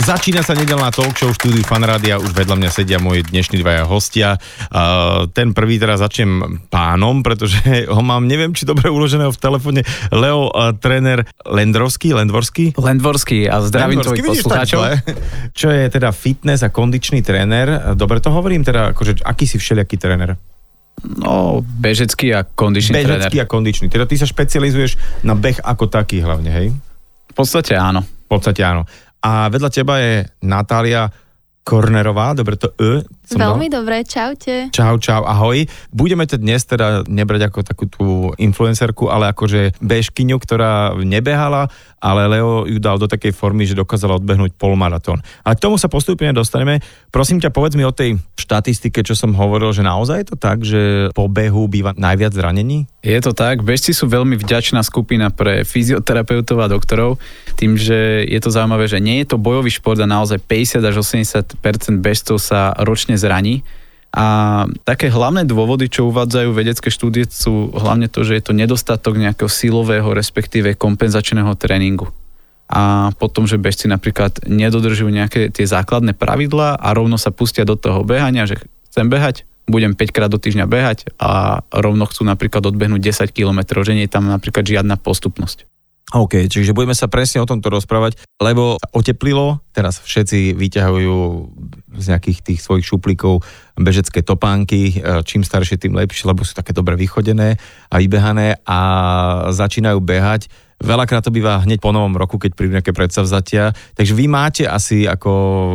Začína sa nedeľná talk show v štúdiu Fan Rádia, už vedľa mňa sedia moji dnešní dvaja hostia. Ten prvý teraz začnem pánom, pretože ho mám, neviem, či dobre uloženého v telefóne. Leo, tréner Lendvorský a zdravím tvojich poslucháčov. Čo je teda fitness a kondičný tréner. Dobre to hovorím, teda akože aký si všelijaký tréner? No, bežecký a kondičný tréner. Bežecký a kondičný. Teda ty sa špecializuješ na beh ako taký hlavne, hej? V podstate áno. A vedľa teba je Natália Kornerová, dobre to Veľmi dobre, čaute. Čau, ahoj. Budeme to dnes teda nebrať ako takú tú influencerku, ale akože bežkyňu, ktorá nebehala, ale Leo ju dal do takej formy, že dokázala odbehnúť polmaratón. A k tomu sa postupne dostaneme. Prosím ťa, povedz mi o tej štatistike, čo som hovoril, že naozaj je to tak, že po behu býva najviac zranení? Je to tak, bežci sú veľmi vďačná skupina pre fyzioterapeutov a doktorov, tým, že je to zaujímavé, že nie je to bojový šport a naozaj 50 až 80% bežcov sa ročne zraní. A také hlavné dôvody, čo uvádzajú vedecké štúdie, sú hlavne to, že je to nedostatok nejakého silového, respektíve kompenzačného tréningu. A potom, že bežci napríklad nedodržujú nejaké tie základné pravidlá a rovno sa pustia do toho behania, že chcem behať, budem 5 krát do týždňa behať a rovno chcú napríklad odbehnúť 10 km, že nie je tam napríklad žiadna postupnosť. OK, čiže budeme sa presne o tomto rozprávať, lebo oteplilo, teraz všetci vyťahujú z nejakých tých svojich šuplíkov bežecké topánky, čím staršie, tým lepšie, lebo sú také dobre vychodené a vybehané a začínajú behať. Veľakrát to býva hneď po novom roku, keď prídu nejaké predsavzatia. Takže vy máte asi ako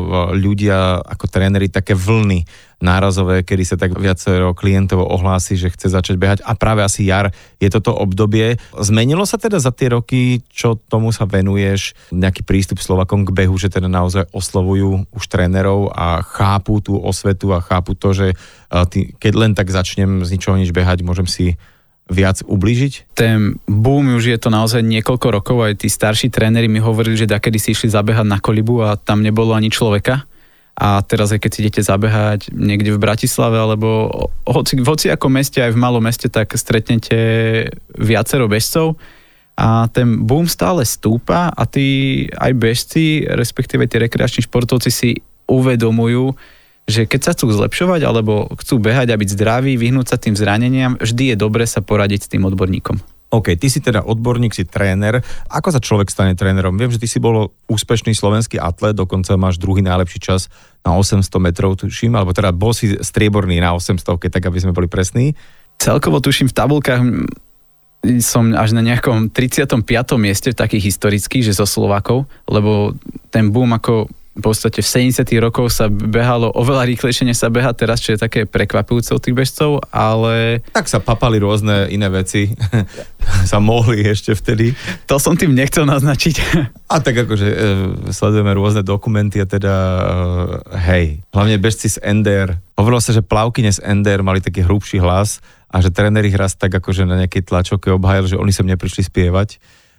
ľudia, ako tréneri také vlny nárazové, kedy sa tak viacero klientov ohlási, že chce začať behať a práve asi jar je toto obdobie. Zmenilo sa teda za tie roky, čo tomu sa venuješ, nejaký prístup Slovakom k behu, že teda naozaj oslovujú už trénerov a chápu tú osvetu a chápu to, že keď len tak začnem z ničoho nič behať, môžem si viac ublížiť? Ten boom už je to naozaj niekoľko rokov, aj tí starší tréneri mi hovorili, že dakedy si išli zabehať na Kolibu a tam nebolo ani človeka. A teraz aj keď si idete zabehať niekde v Bratislave alebo v hociakom meste, aj v malom meste, tak stretnete viacero bežcov a ten boom stále stúpa a tí aj bežci, respektíve tí rekreační športovci si uvedomujú, že keď sa chcú zlepšovať alebo chcú behať a byť zdraví, vyhnúť sa tým zraneniam, vždy je dobre sa poradiť s tým odborníkom. OK, ty si teda odborník, si tréner. Ako sa človek stane trénerom? Viem, že ty si bol úspešný slovenský atlet, dokonca máš druhý najlepší čas na 800 metrov, tuším, alebo teda bol si strieborný na 800, tak aby sme boli presní. Celkovo tuším v tabulkách som až na nejakom 35. mieste v takých historických, že zo Slovákov, lebo ten boom ako v podstate v 70. rokoch sa behalo oveľa rýchlejšie, než sa beha teraz, čo je také prekvapujúce od tých bežcov, ale... Tak sa papali rôzne iné veci, sa mohli ešte vtedy. To som tým nechcel naznačiť. A tak akože sledujeme rôzne dokumenty a teda hej, hlavne bežci z NDR. Hovorilo sa, že plavkyne z NDR mali taký hrubší hlas a že tréner ich raz tak akože na nejakej tlačovke obhájil, že oni sem neprišli spievať.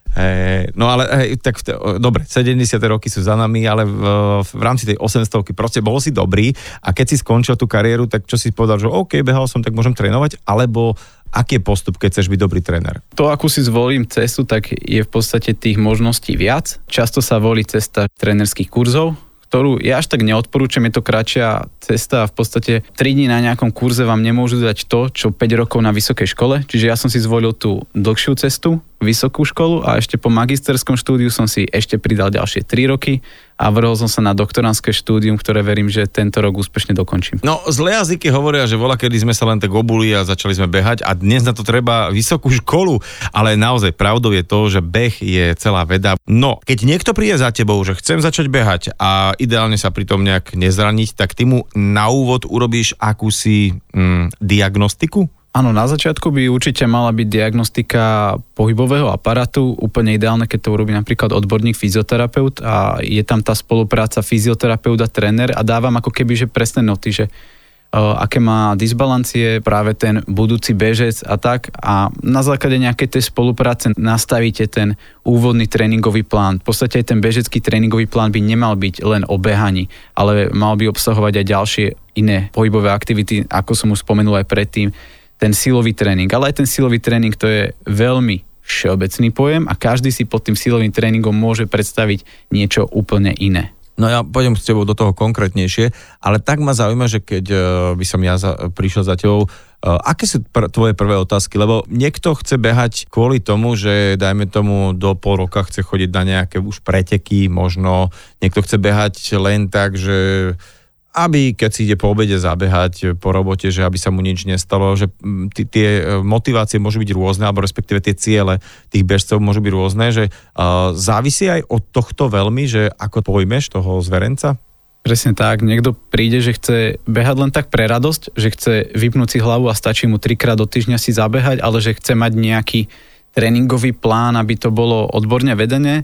No ale tak dobre, 70. roky sú za nami, ale v rámci tej 800-ky proste bol si dobrý a keď si skončil tú kariéru, tak čo si povedal, že OK, behal som, tak môžem trénovať, alebo aký je postup, keď chceš byť dobrý tréner? To, akú si zvolím cestu, tak je v podstate tých možností viac. Často sa volí cesta trénerských kurzov, ktorú ja až tak neodporúčam, je to kratšia cesta a v podstate 3 dní na nejakom kurze vám nemôžu dať to, čo 5 rokov na vysokej škole, čiže ja som si zvolil tú dlhšiu cestu, vysokú školu a ešte po magisterskom štúdiu som si ešte pridal ďalšie 3 roky a vrhol som sa na doktorantské štúdium, ktoré verím, že tento rok úspešne dokončím. No, zlé jazyky hovoria, že voľakedy sme sa len tak obuli a začali sme behať a dnes na to treba vysokú školu, ale naozaj pravdou je to, že beh je celá veda. No, keď niekto príde za tebou, že chcem začať behať a ideálne sa pritom nejak nezraniť, tak ty mu na úvod urobíš akúsi diagnostiku? Áno, na začiatku by určite mala byť diagnostika pohybového aparátu, úplne ideálne, keď to urobí napríklad odborník fyzioterapeut a je tam tá spolupráca fyzioterapeut a tréner a dávam ako keby, že presné noty, že aké má disbalancie práve ten budúci bežec a tak a na základe nejakej tej spolupráce nastavíte ten úvodný tréningový plán. V podstate aj ten bežecký tréningový plán by nemal byť len o behaní, ale mal by obsahovať aj ďalšie iné pohybové aktivity, ako som už spomenul aj predtým, ten silový tréning. Ale aj ten silový tréning to je veľmi všeobecný pojem a každý si pod tým silovým tréningom môže predstaviť niečo úplne iné. No ja pôjdem s tebou do toho konkrétnejšie, ale tak ma zaujíma, že keď by som ja prišiel za tebou, aké sú tvoje prvé otázky? Lebo niekto chce behať kvôli tomu, že dajme tomu do pol roka chce chodiť na nejaké už preteky, možno niekto chce behať len tak, že aby keď si ide po obede zabehať po robote, že aby sa mu nič nestalo, že tie motivácie môžu byť rôzne, alebo respektíve tie ciele tých bežcov môžu byť rôzne, že závisí aj od tohto veľmi, že ako pojmeš toho zverenca? Presne tak, niekto príde, že chce behať len tak pre radosť, že chce vypnúť si hlavu a stačí mu 3-krát do týždňa si zabehať, ale že chce mať nejaký tréningový plán, aby to bolo odborne vedené,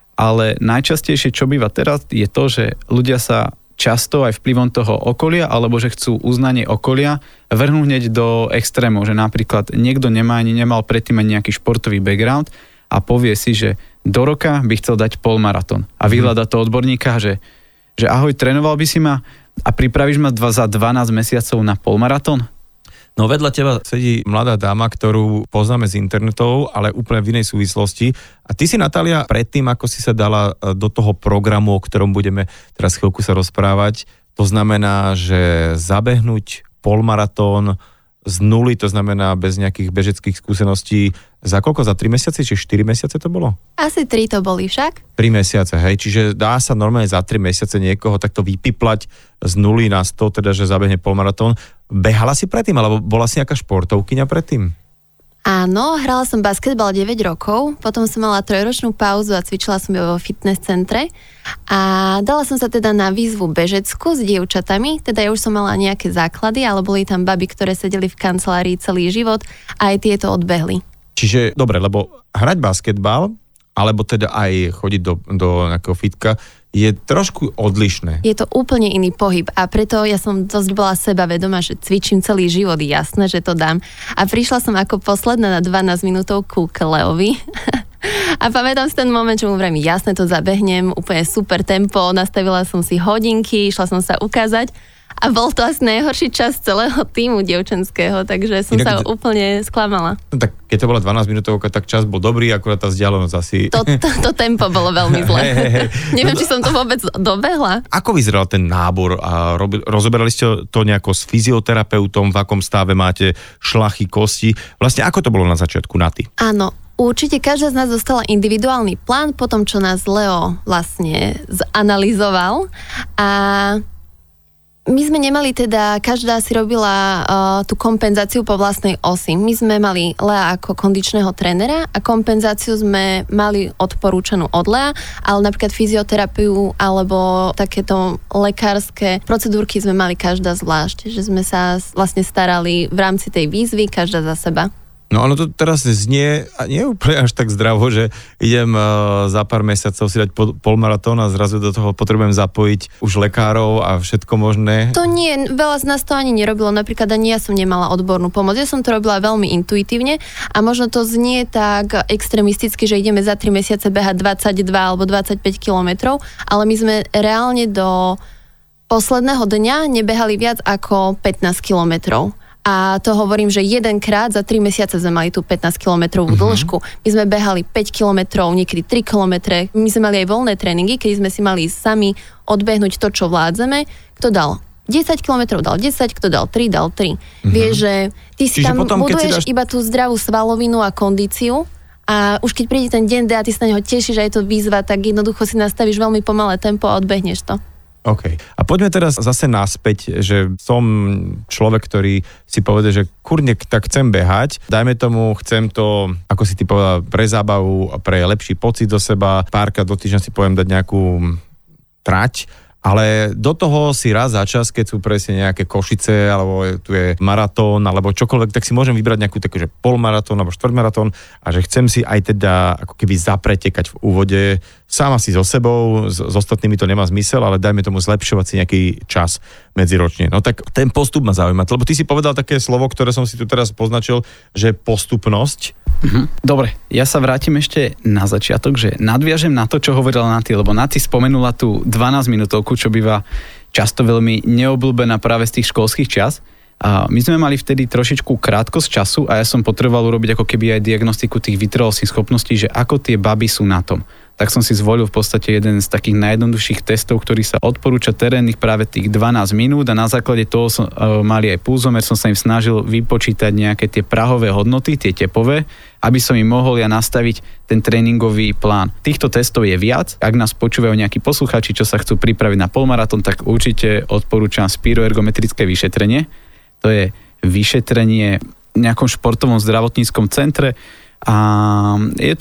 ale najčastejšie, čo býva teraz, je to, že ľudia sa často aj vplyvom toho okolia, alebo že chcú uznanie okolia, vrhnú hneď do extrémov, že napríklad niekto nemal predtým ani nejaký športový background a povie si, že do roka by chcel dať polmaratón a vyhľada to odborníka, že ahoj, trénoval by si ma a pripravíš ma za 12 mesiacov na polmaratón? No vedľa teba sedí mladá dáma, ktorú poznáme z internetov, ale úplne v inej súvislosti. A ty si, Natália, predtým, ako si sa dala do toho programu, o ktorom budeme teraz chvíľku sa rozprávať, to znamená, že zabehnúť polmaratón z nuly, to znamená bez nejakých bežeckých skúseností, za koľko? Za 3 mesiace, či 4 mesiace to bolo? Asi 3 to boli však. 3 mesiace, hej, čiže dá sa normálne za 3 mesiace niekoho takto vypiplať z 0 na 100, teda že zabehne polmaratón. Behala si predtým, alebo bola si nejaká športovkyňa predtým? Áno, hrala som basketbal 9 rokov, potom som mala 3-ročnú pauzu a cvičila som vo fitness centre a dala som sa teda na výzvu bežeckú s dievčatami, teda ja už som mala nejaké základy, ale boli tam baby, ktoré sedeli v kancelárii celý život a aj tieto odbehli. Čiže, dobre, lebo hrať basketbal, alebo teda aj chodiť do nejakého fitka, je trošku odlišné. Je to úplne iný pohyb a preto ja som dosť bola sebavedomá, že cvičím celý život, jasné, že to dám. A prišla som ako posledná na 12 minútov ku Leovi a pamätám si ten moment, že mu vrajím, jasné, to zabehnem, úplne super tempo, nastavila som si hodinky, išla som sa ukázať a bol to asi najhorší čas celého týmu dievčenského, takže som sa úplne sklamala. No tak keď to bola 12 minútovka, tak čas bol dobrý, akurát tá vzdialenosť asi... To tempo bolo veľmi zlé. Neviem, či som to vôbec dobehla. Ako vyzeral ten nábor? A rozoberali ste to nejako s fyzioterapeutom, v akom stave máte šlachy, kosti? Vlastne ako to bolo na začiatku, Naty? Áno. Určite každá z nás dostala individuálny plán po tom, čo nás Leo vlastne zanalizoval a my sme nemali teda, každá si robila tú kompenzáciu po vlastnej osi. My sme mali Lea ako kondičného trénera a kompenzáciu sme mali odporúčanú od Lea, ale napríklad fyzioterapiu alebo takéto lekárske procedúrky sme mali každá zvlášť, že sme sa vlastne starali v rámci tej výzvy, každá za seba. No ono to teraz znie, nie je úplne až tak zdravo, že idem za pár mesiacov si dať polmaratón a zrazu do toho potrebujem zapojiť už lekárov a všetko možné. To nie, veľa z nás to ani nerobilo, napríklad ani ja som nemala odbornú pomoc, ja som to robila veľmi intuitívne a možno to znie tak extrémisticky, že ideme za 3 mesiace behať 22 alebo 25 kilometrov, ale my sme reálne do posledného dňa nebehali viac ako 15 kilometrov. A to hovorím, že jedenkrát za 3 mesiace sme mali tú 15-kilometrovú dĺžku. My sme behali 5 kilometrov, niekedy 3 kilometre. My sme mali aj voľné tréningy, keď sme si mali sami odbehnúť to, čo vládzeme. Kto dal 10 kilometrov, dal 10, kto dal 3, dal 3. Vieš, že ty si tam potom, buduješ iba tú zdravú svalovinu a kondíciu a už keď príde ten deň D a ty sa na neho tešíš a je to výzva, tak jednoducho si nastavíš veľmi pomalé tempo a odbehneš to. OK. A poďme teraz zase naspäť, že som človek, ktorý si povede, že kurne, tak chcem behať. Dajme tomu, chcem to, ako si ty povedal, pre zábavu, pre lepší pocit do seba. Párkrát do týždňa si poviem dať nejakú trať, ale do toho si raz za čas, keď sú presne nejaké Košice, alebo tu je maratón, alebo čokoľvek, tak si môžem vybrať nejakú takú, že polmaratón alebo štvrťmaratón a že chcem si aj teda ako keby zapretekať v úvode sám asi so sebou, s ostatnými to nemá zmysel, ale dajme tomu zlepšovať si nejaký čas medziročne. No tak ten postup ma zaujíma, lebo ty si povedal také slovo, ktoré som si tu teraz poznačil, že postupnosť. Dobre, ja sa vrátim ešte na začiatok, že nadviažem na to, čo hovorila Naty, lebo Naty spomenula tú 12 minútovku, čo býva často veľmi neobľúbená práve z tých školských čas. A my sme mali vtedy trošičku krátkosť času a ja som potreboval urobiť ako keby aj diagnostiku tých vytrvalostných schopností, že ako tie baby sú na tom. Tak som si zvolil v podstate jeden z takých najjednoduchších testov, ktorý sa odporúča terénnych práve tých 12 minút a na základe toho som mali aj pulzomer, som sa im snažil vypočítať nejaké tie prahové hodnoty, tie tepové, aby som im mohol ja nastaviť ten tréningový plán. Týchto testov je viac. Ak nás počúvajú nejakí posluchači, čo sa chcú pripraviť na polmaratón, tak určite odporúčam spiroergometrické vyšetrenie. To je vyšetrenie v nejakom športovom zdravotníckom centre a je to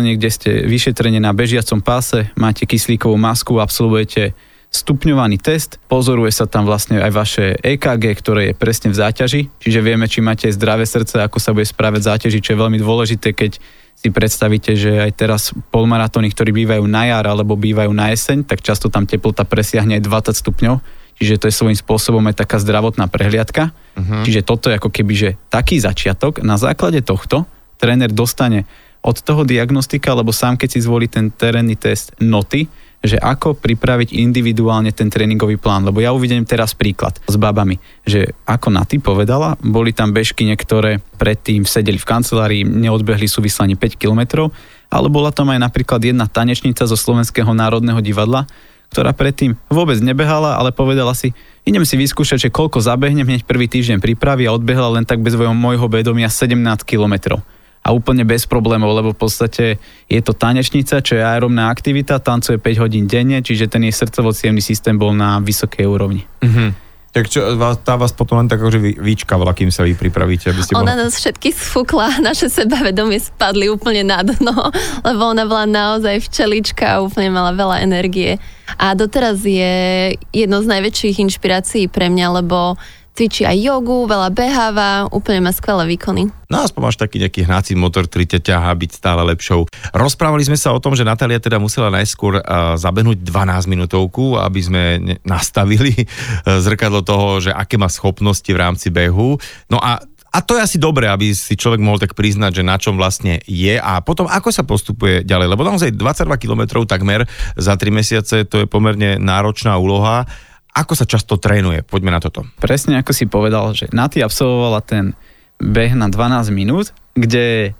vyšetrenie na bežiacom páse, máte kyslíkovú masku, absolvujete stupňovaný test, pozoruje sa tam vlastne aj vaše EKG, ktoré je presne v záťaži, čiže vieme, či máte zdravé srdce, ako sa bude správať záťaži, čo je veľmi dôležité, keď si predstavíte, že aj teraz polmaratóny, ktorí bývajú na jar alebo bývajú na jeseň, tak často tam teplota presiahne aj 20 stupňov. Čiže to je svojím spôsobom aj taká zdravotná prehliadka. Čiže toto je ako keby, že taký začiatok. Na základe tohto tréner dostane od toho diagnostika, lebo sám keď si zvolí ten terénny test noty, že ako pripraviť individuálne ten tréningový plán. Lebo ja uvidím teraz príklad s babami, že ako Naty povedala, boli tam bežkyne, ktoré predtým sedeli v kancelárii, neodbehli súvisle ani 5 kilometrov, ale bola tam aj napríklad jedna tanečnica zo Slovenského národného divadla, ktorá predtým vôbec nebehala, ale povedala si, idem si vyskúšať, že koľko zabehnem, hneď prvý týždeň prípravy a odbehla len tak bez môjho vedomia 17 kilometrov. A úplne bez problémov, lebo v podstate je to tanečnica, čo je aerobná aktivita, tancuje 5 hodín denne, čiže ten jej srdcovo-cievny systém bol na vysokej úrovni. Tak čo, tá vás potom len tak akože vyčkávala, kým sa vy pripravíte? Aby ste ona nás všetky sfúkla, naše sebavedomie spadli úplne na dno, lebo ona bola naozaj včelička a úplne mala veľa energie. A doteraz je jedno z najväčších inšpirácií pre mňa, lebo cvičí aj jogu, veľa beháva, úplne má skvelé výkony. No aspoň máš taký nejaký hnací motor, ktorý ťa ťahá byť stále lepšou. Rozprávali sme sa o tom, že Natália teda musela najskôr zabehnúť 12 minútovku, aby sme nastavili zrkadlo toho, že aké má schopnosti v rámci behu. No a to je asi dobré, aby si človek mohol tak priznať, že na čom vlastne je a potom ako sa postupuje ďalej, lebo naozaj 22 kilometrov takmer za 3 mesiace, to je pomerne náročná úloha. Ako sa často trénuje? Poďme na toto. Presne ako si povedal, že Naty absolvovala ten beh na 12 minút, kde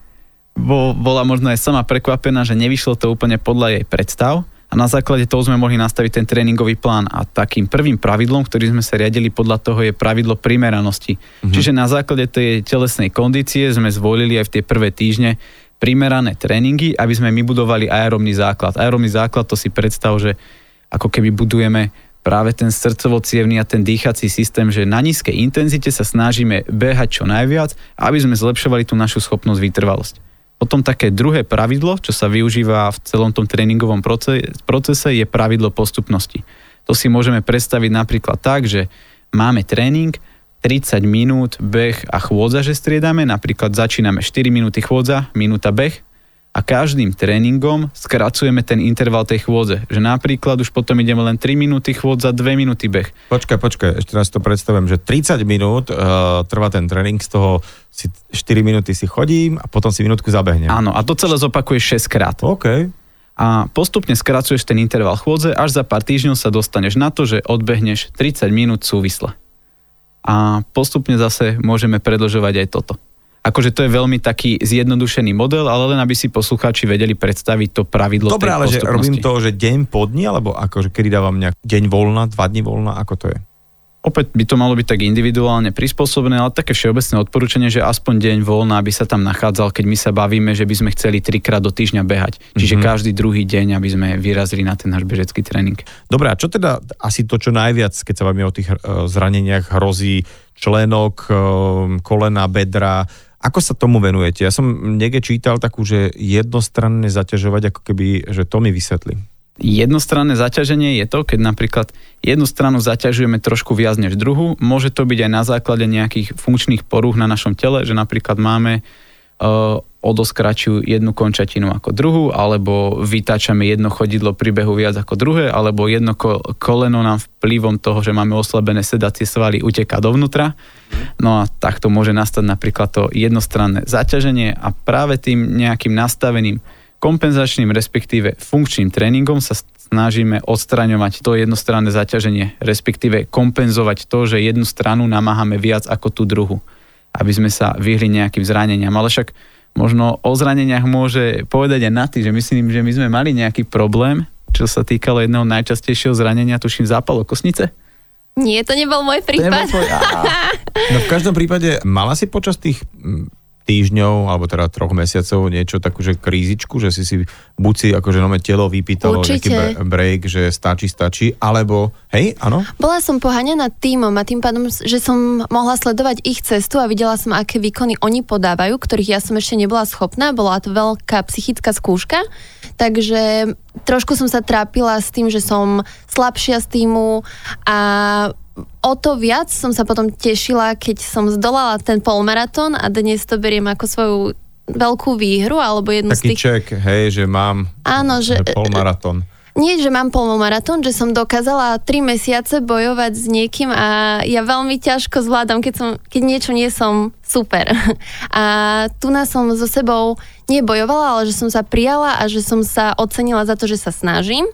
bola možno aj sama prekvapená, že nevyšlo to úplne podľa jej predstav a na základe toho sme mohli nastaviť ten tréningový plán a takým prvým pravidlom, ktorý sme sa riadili podľa toho, je pravidlo primeranosti. Čiže na základe tej telesnej kondície sme zvolili aj v tie prvé týždne primerané tréningy, aby sme my budovali aerobný základ. Aerobný základ, to si predstav, že ako keby budujeme práve ten srdcovo-cievny a ten dýchací systém, že na nízkej intenzite sa snažíme behať čo najviac, aby sme zlepšovali tú našu schopnosť vytrvalosť. Potom také druhé pravidlo, čo sa využíva v celom tom tréningovom procese, je pravidlo postupnosti. To si môžeme predstaviť napríklad tak, že máme tréning, 30 minút beh a chôdza, že striedame, napríklad začíname 4 minúty chôdza, minúta beh, a každým tréningom skracujeme ten interval tej chôdze. Že napríklad už potom ideme len 3 minúty chôdza, 2 minúty beh. Počkaj, ešte raz to predstavím, že 30 minút trvá ten tréning, z toho si 4 minúty si chodím a potom si minútku zabehnem. Áno, a to celé zopakuješ 6 krát. OK. A postupne skracuješ ten interval chôdze, až za pár týždňov sa dostaneš na to, že odbehneš 30 minút súvisle. A postupne zase môžeme predĺžovať aj toto. Akože to je veľmi taký zjednodušený model, ale len aby si poslucháči vedeli predstaviť to pravidlo tej postupnosti. Dobre, ale že robím to, že deň po dni, alebo akože kedy dávam nejak deň voľna, 2 dni voľna, ako to je? Opäť by to malo byť tak individuálne prispôsobené, ale také všeobecné odporúčanie, že aspoň deň voľna, aby sa tam nachádzal, keď my sa bavíme, že by sme chceli 3-krát do týždňa behať. Čiže každý druhý deň, aby sme vyrazili na ten náš bežecký tréning. Dobre, a čo teda asi to, čo najviac, keď sa bavíme o tých zraneniach, hrozí členok, kolena, bedra, ako sa tomu venujete? Ja som niekde čítal takú, že jednostranné zaťažovať, ako keby, že to mi vysvetli. Jednostranné zaťaženie je to, keď napríklad jednu stranu zaťažujeme trošku viac než druhú. Môže to byť aj na základe nejakých funkčných porúch na našom tele, že napríklad máme o dosť kratšiu jednu končatinu ako druhú, alebo vytáčame jedno chodidlo pri behu viac ako druhé, alebo jedno koleno nám vplyvom toho, že máme oslabené sedacie svaly, uteká dovnútra. No a takto môže nastať napríklad to jednostranné zaťaženie a práve tým nejakým nastaveným Kompenzačným, respektíve funkčným tréningom sa snažíme odstraňovať to jednostranné zaťaženie, respektíve kompenzovať to, že jednu stranu namáhame viac ako tú druhu, aby sme sa vyhli nejakým zraneniam. Ale však možno o zraneniach môže povedať aj Naty, že myslím, že my sme mali nejaký problém, čo sa týkalo jedného najčastejšieho zranenia, tuším zápal okosnice. Nie, to nebol môj prípad. No v každom prípade, mala si počas tých týždňov, alebo teda 3 mesiacov niečo takú, že krízičku, že si buď si akože telo vypýtalo nejaký break, že stačí, alebo hej, áno? Bola som poháňaná tímom a tým pádom, že som mohla sledovať ich cestu a videla som, aké výkony oni podávajú, ktorých ja som ešte nebola schopná, bola to veľká psychická skúška, takže trošku som sa trápila s tým, že som slabšia z tímu a o to viac som sa potom tešila, keď som zdolala ten polmaratón a dnes to beriem ako svoju veľkú výhru, alebo jednu taký z tých... Taký ček, hej, že mám polmaratón. Nie, že mám polmaratón, že som dokázala 3 mesiace bojovať s niekým a ja veľmi ťažko zvládam, keď niečo nie som super. A tu nás som so sebou nebojovala, ale že som sa prijala a že som sa ocenila za to, že sa snažím.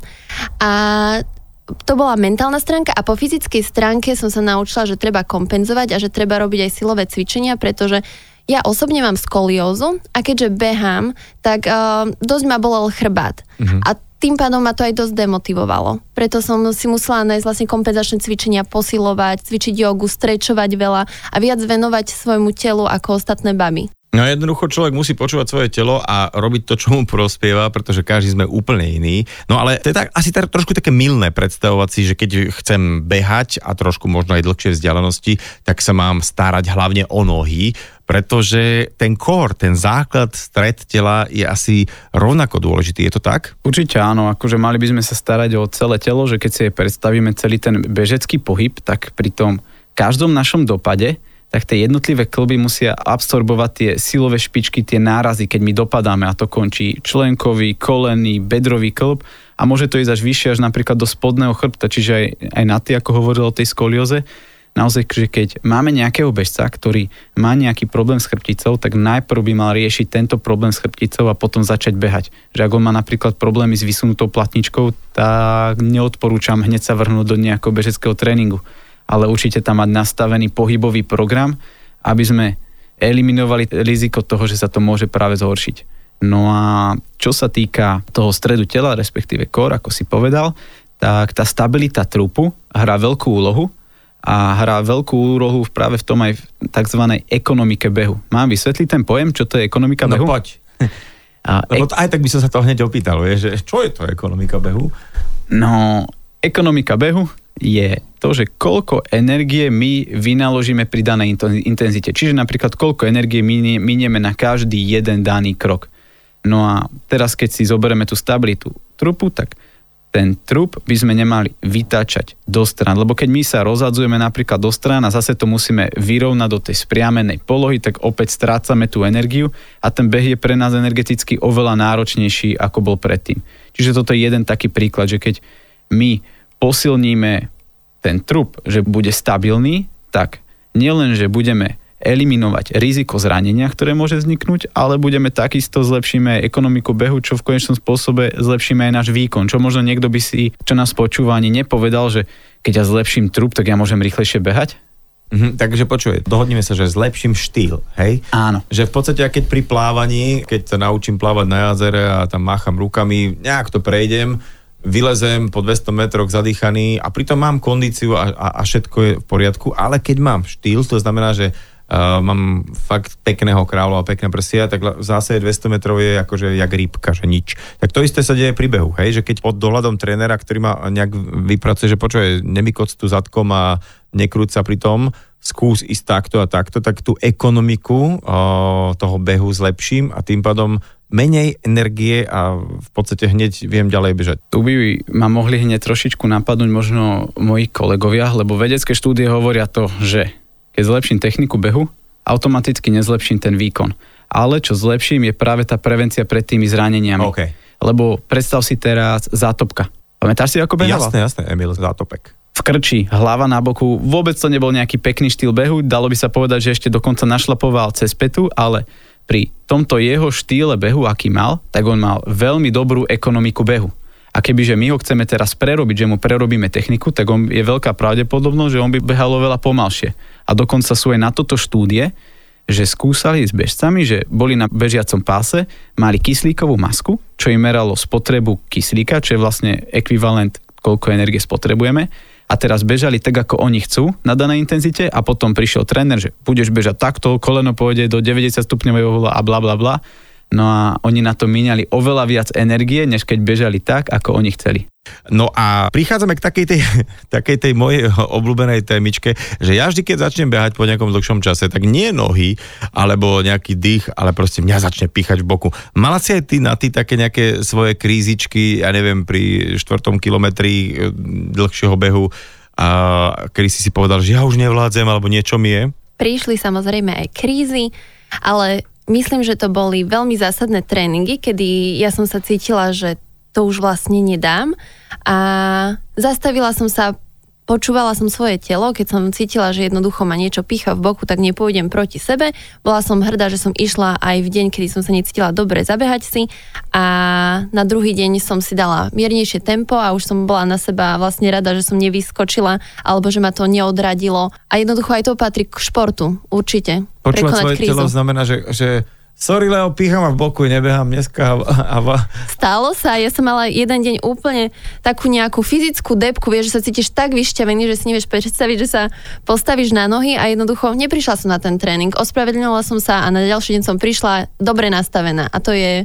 A to bola mentálna stránka a po fyzickej stránke som sa naučila, že treba kompenzovať a že treba robiť aj silové cvičenia, pretože ja osobne mám skoliózu a keďže behám, tak dosť ma bolel chrbát. A tým pádom ma to aj dosť demotivovalo. Preto som si musela nájsť vlastne kompenzačné cvičenia, posilovať, cvičiť jogu, strečovať veľa a viac venovať svojmu telu ako ostatné baby. No jednoducho človek musí počúvať svoje telo a robiť to, čo mu prospieva, pretože každý sme úplne iný. No ale to je tak, asi trošku také mylné predstavovať si, že keď chcem behať a trošku možno aj dlhšie vzdialenosti, tak sa mám starať hlavne o nohy, pretože ten core, ten základ, stred tela je asi rovnako dôležitý. Je to tak? Určite áno, akože mali by sme sa starať o celé telo, že keď si predstavíme celý ten bežecký pohyb, tak pri tom každom našom dopade tak tie jednotlivé kĺby musia absorbovať tie silové špičky, tie nárazy, keď my dopadáme a to končí členkový, kolenný, bedrový kĺb a môže to ísť až vyššie, až napríklad do spodného chrbta, čiže aj Naty, ako hovoril o tej skolioze, naozaj, že keď máme nejakého bežca, ktorý má nejaký problém s chrbticou, tak najprv by mal riešiť tento problém s chrbticou a potom začať behať. Že ak on má napríklad problémy s vysunutou platničkou, tak neodporúčam hneď sa vrhnúť do nejakého bežeckého tréningu. Ale určite tam mať nastavený pohybový program, aby sme eliminovali riziko toho, že sa to môže práve zhoršiť. No a čo sa týka toho stredu tela, respektíve core, ako si povedal, tak tá stabilita trupu hrá veľkú úlohu a hrá veľkú úlohu práve v tom aj v tzv. Ekonomike behu. Mám vysvetliť ten pojem, čo to je ekonomika behu? No poď. Lebo aj tak by som sa to hneď opýtal, že čo je to ekonomika behu? No, ekonomika behu je to, že koľko energie my vynaložíme pri danej intenzite. Čiže napríklad koľko energie minieme na každý jeden daný krok. No a teraz, keď si zoberieme tú stabilitu trupu, tak ten trup by sme nemali vytáčať do strán, lebo keď my sa rozhadzujeme napríklad do strán a zase to musíme vyrovnať do tej spriamenej polohy, tak opäť strácame tú energiu a ten beh je pre nás energeticky oveľa náročnejší, ako bol predtým. Čiže toto je jeden taký príklad, že keď my posilníme ten trup, že bude stabilný, tak nielen, že budeme eliminovať riziko zranenia, ktoré môže vzniknúť, ale budeme takisto zlepšíme ekonomiku behu, čo v konečnom spôsobe zlepšíme aj náš výkon. Čo možno niekto by si, čo nás počúva, ani nepovedal, že keď ja zlepším trup, tak ja môžem rýchlejšie behať? Takže počuj, dohodneme sa, že zlepším štýl, hej? Áno. Že v podstate, keď pri plávaní, keď sa naučím plávať na jazere a tam mácham rukami, nejak to prejdem, vylezem po 200 metroch zadýchaný a pritom mám kondíciu a všetko je v poriadku, ale keď mám štýl, to znamená, že mám fakt pekného kráľa a pekné prsia, tak v zásade 200 metrov je akože jak rýbka, že nič. Tak to isté sa deje pri behu, hej, že keď pod dohľadom trénera, ktorý ma nejak vypracuje, že počuje, nemykoc tu zadkom a nekrúť sa pri tom, skús ísť takto a takto, tak tú ekonomiku toho behu zlepším a tým pádom menej energie a v podstate hneď viem ďalej bežať. Tu by ma mohli hneď trošičku napadnúť možno moji kolegovia, lebo vedecké štúdie hovoria to, že keď zlepším techniku behu, automaticky nezlepším ten výkon. Ale čo zlepším je práve tá prevencia pred tými zraneniami. Okay. Lebo predstav si teraz zátopka. Pamätáš si, ako behoval? Jasné, Emil Zátopek. V krči, hlava na boku, vôbec to nebol nejaký pekný štýl behu, dalo by sa povedať, že ešte dokonca našlapoval cez pätu, ale pri tomto jeho štýle behu, aký mal, tak on mal veľmi dobrú ekonomiku behu. A kebyže my ho chceme teraz prerobiť, že mu prerobíme techniku, tak je veľká pravdepodobnosť, že on by behal oveľa pomalšie. A dokonca sú aj na toto štúdie, že skúsali s bežcami, že boli na bežiacom páse, mali kyslíkovú masku, čo im meralo spotrebu kyslíka, čo je vlastne ekvivalent, koľko energie spotrebujeme. A teraz bežali tak, ako oni chcú na danej intenzite a potom prišiel tréner, že budeš bežať takto, koleno pôjde do 90 stupňového uhla a bla bla bla. No a oni na to míňali oveľa viac energie, než keď bežali tak, ako oni chceli. No a prichádzame k takej tej mojej obľúbenej témičke, že ja vždy, keď začnem behať po nejakom dlhšom čase, tak nie nohy, alebo nejaký dých, ale proste mňa začne píchať v boku. Mala si aj ty na také nejaké svoje krízičky, ja neviem, pri 4. kilometri dlhšieho behu, a kedy si povedal, že ja už nevládzem, alebo niečo mi je? Prišli samozrejme aj krízy, ale myslím, že to boli veľmi zásadné tréningy, kedy ja som sa cítila, že to už vlastne nedám a zastavila som sa, počúvala som svoje telo, keď som cítila, že jednoducho ma niečo pícha v boku, tak nepôjdem proti sebe. Bola som hrdá, že som išla aj v deň, kedy som sa necítila dobre zabehať si a na druhý deň som si dala miernejšie tempo a už som bola na seba vlastne rada, že som nevyskočila alebo že ma to neodradilo. A jednoducho aj to patrí k športu, určite. Počúvať svoje telo znamená, že sorry, Leo, pícham a v boku, nebehám dneska. Stalo sa, ja som mala jeden deň úplne takú nejakú fyzickú depku, vieš, že sa cítiš tak vyšťavený, že si nevieš predstaviť, že sa postavíš na nohy a jednoducho neprišla som na ten tréning. Ospravedlnila som sa a na ďalší deň som prišla dobre nastavená a to je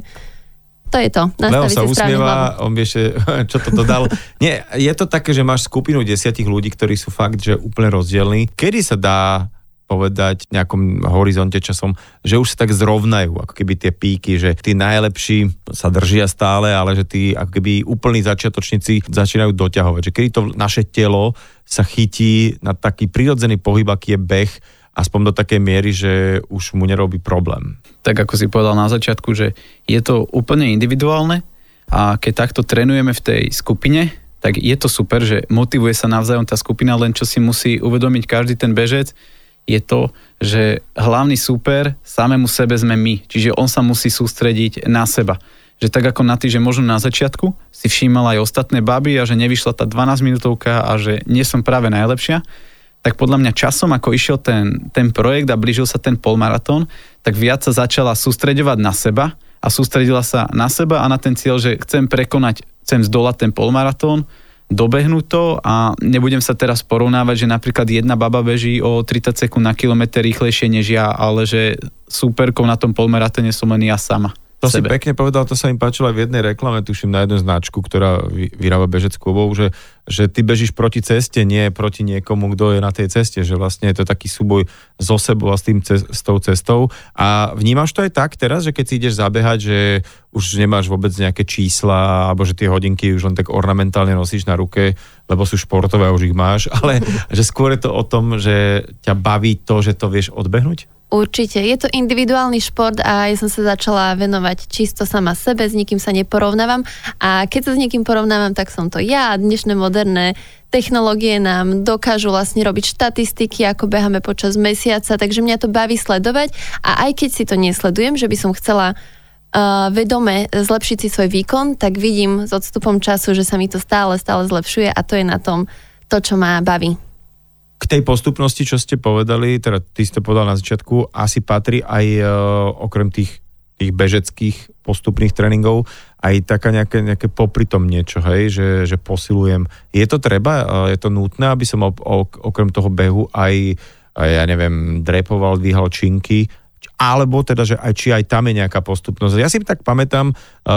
to. Leo sa usmieva, on vie, čo to dodal. Nie, je to také, že máš skupinu 10 ľudí, ktorí sú fakt, že úplne rozdielní. Kedy sa dá povedať v nejakom horizonte časom, že už sa tak zrovnajú, ako keby tie píky, že tí najlepší sa držia stále, ale že tí ako keby úplní začiatočníci začínajú doťahovať. Že kedy to naše telo sa chytí na taký prirodzený pohyb, aký je beh, aspoň do takej miery, že už mu nerobí problém. Tak ako si povedal na začiatku, že je to úplne individuálne a keď takto trénujeme v tej skupine, tak je to super, že motivuje sa navzájom tá skupina, len čo si musí uvedomiť každý ten bežec, je to, že hlavný súper samému sebe sme my. Čiže on sa musí sústrediť na seba. Že tak ako na že možno na začiatku si všímal aj ostatné baby a že nevyšla tá 12-minútovka a že nie som práve najlepšia, tak podľa mňa časom, ako išiel ten projekt a blížil sa ten polmaratón, tak viac sa začala sústreďovať na seba a sústredila sa na seba a na ten cieľ, že chcem zdolať ten polmaratón, dobehnúť to a nebudem sa teraz porovnávať, že napríklad jedna baba beží o 30 sekúnd na kilometr rýchlejšie než ja, ale že súperkou na tom polmaratóne som len ja sama. To si pekne povedal, to sa im páčilo aj v jednej reklame, tuším na jednu značku, ktorá vyrába bežeckú obuv, že ty bežíš proti ceste, nie proti niekomu, kto je na tej ceste, že vlastne je to taký súboj so sebou a s tou cestou. A vnímaš to aj tak teraz, že keď si ideš zabehať, že už nemáš vôbec nejaké čísla, alebo že tie hodinky už len tak ornamentálne nosíš na ruke, lebo sú športové a už ich máš, ale že skôr je to o tom, že ťa baví to, že to vieš odbehnúť? Určite, je to individuálny šport a ja som sa začala venovať čisto sama sebe, s nikým sa neporovnávam a keď sa s niekým porovnávam, tak som to ja. Dnešné moderné technológie nám dokážu vlastne robiť štatistiky, ako beháme počas mesiaca, takže mňa to baví sledovať a aj keď si to nesledujem, že by som chcela vedome zlepšiť si svoj výkon, tak vidím s odstupom času, že sa mi to stále zlepšuje a to je na tom to, čo ma baví. K tej postupnosti, čo ste povedali, teda ty ste povedal na začiatku, asi patrí aj okrem tých bežeckých postupných tréningov aj taká nejaké popri tom niečo, hej, že posilujem. Je to treba? Je to nutné, aby som okrem toho behu aj ja neviem, drepoval, dvíhal činky, alebo teda, že či aj tam je nejaká postupnosť. Ja si tak pamätám,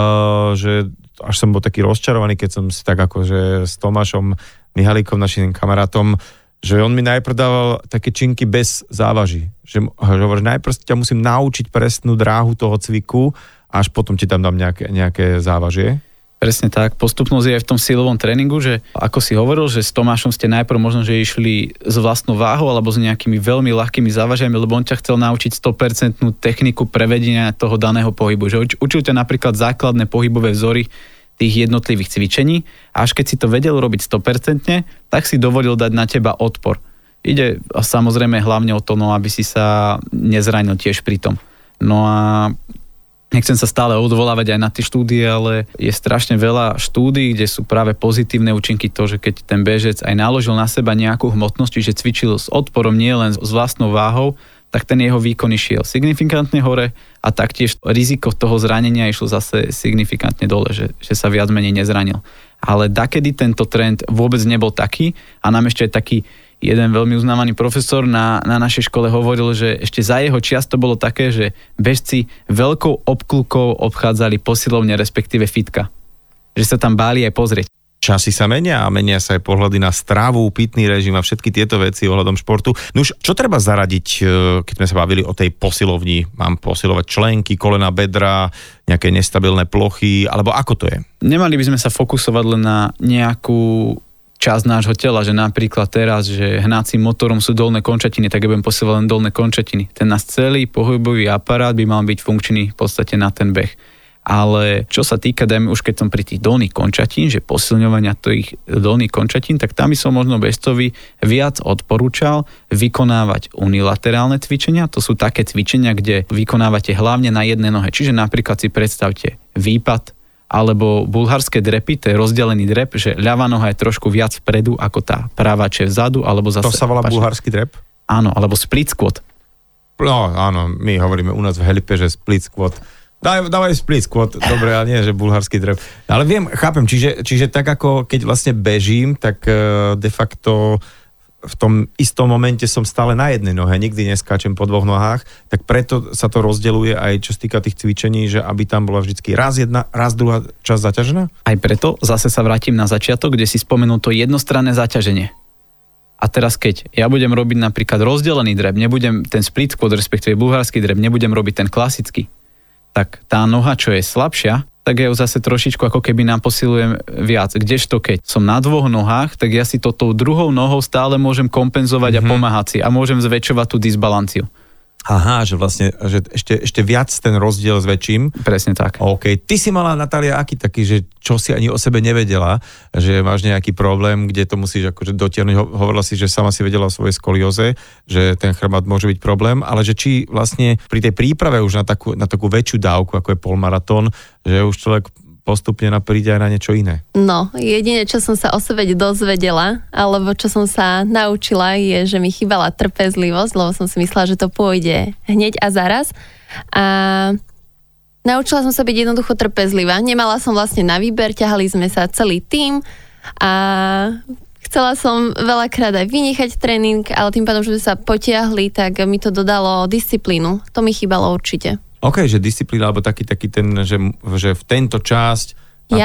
že až som bol taký rozčarovaný, keď som si tak akože s Tomášom Mihalikom, našim kamarátom, že on mi najprv dával také činky bez závaží. Že najprv ťa musím naučiť presnú dráhu toho cviku, až potom ti tam dám nejaké závažie. Presne tak. Postupnosť je aj v tom silovom tréningu, že ako si hovoril, že s Tomášom ste najprv možno, že išli s vlastnou váhou alebo s nejakými veľmi ľahkými závažiami, lebo on ťa chcel naučiť 100% techniku prevedenia toho daného pohybu. Že učil ťa napríklad základné pohybové vzory tých jednotlivých cvičení a až keď si to vedel robiť 100%, tak si dovolil dať na teba odpor. Ide samozrejme hlavne o to, aby si sa nezranil tiež pri tom. No a nechcem sa stále odvolávať aj na tie štúdie, ale je strašne veľa štúdií, kde sú práve pozitívne účinky to, že keď ten bežec aj naložil na seba nejakú hmotnosť, čiže cvičil s odporom, nie len s vlastnou váhou, tak ten jeho výkon išiel signifikantne hore a taktiež riziko toho zranenia išlo zase signifikantne dole, že sa viac menej nezranil. Ale dakedy tento trend vôbec nebol taký a nám ešte aj taký jeden veľmi uznávaný profesor na našej škole hovoril, že ešte za jeho čias to bolo také, že bežci veľkou obklukou obchádzali posilovne, respektíve fitka. Že sa tam báli aj pozrieť. Časy sa menia a menia sa aj pohľady na stravu, pitný režim a všetky tieto veci ohľadom športu. No už čo treba zaradiť, keď sme sa bavili o tej posilovni? Mám posilovať členky, kolena, bedra, nejaké nestabilné plochy, alebo ako to je? Nemali by sme sa fokusovať len na nejakú časť nášho tela, že napríklad teraz, že hnacím motorom sú dolné končatiny, tak ja budem posilovať len dolné končatiny. Ten náš celý pohybový aparát by mal byť funkčný v podstate na ten beh. Ale čo sa týka, dajme už keď som pri tých dolných končatín, že posilňovania tých dolných končatín, tak tam by som možno bežcovi viac odporúčal vykonávať unilaterálne cvičenia. To sú také cvičenia, kde vykonávate hlavne na jednej nohe. Čiže napríklad si predstavte výpad alebo bulharské drepy, to je rozdelený drep, že ľavá noha je trošku viac vpredu ako tá pravá, čo je vzadu, alebo zase... To sa volá bulharský drep? Áno, alebo split squat. No áno, my hovoríme u nás v helipe, že split squat. Dávaj split squat, dobre, ale nie, že bulharský drep. Ale viem, chápem, čiže tak ako keď vlastne bežím, tak de facto v tom istom momente som stále na jednej nohe, nikdy neskáčem po dvoch nohách, tak preto sa to rozdeľuje aj čo sa týka tých cvičení, že aby tam bola vždycky raz jedna, raz druhá časť zaťažená? Aj preto zase sa vrátim na začiatok, kde si spomenul to jednostranné zaťaženie. A teraz keď ja budem robiť napríklad rozdelený drep, nebudem ten split squat, respektíve bulharský drep, nebudem robiť ten klasický, tak tá noha, čo je slabšia, tak ja ju zase trošičku ako keby naposilujem viac. Kdežto keď som na dvoch nohách, tak ja si to tou druhou nohou stále môžem kompenzovať a pomáhať si a môžem zväčšovať tú disbalanciu. Aha, že vlastne že ešte viac ten rozdiel zväčším. Presne tak. OK. Ty si mala, Natália, aký taký, že čo si ani o sebe nevedela, že máš nejaký problém, kde to musíš akože dotiahnuť. Hovorila si, že sama si vedela o svojej skolióze, že ten chrbát môže byť problém, ale že či vlastne pri tej príprave už na takú väčšiu dávku, ako je polmaratón, že už človek postupne príde aj na niečo iné. No, jedine, čo som sa o sebe dozvedela, alebo čo som sa naučila, je, že mi chýbala trpezlivosť, lebo som si myslela, že to pôjde hneď a zaraz. A naučila som sa byť jednoducho trpezlivá. Nemala som vlastne na výber, ťahali sme sa celý tím a chcela som veľakrát aj vynechať tréning, ale tým pádom, že sme sa potiahli, tak mi to dodalo disciplínu. To mi chýbalo určite. OK, že disciplína, alebo taký ten, že v tento časť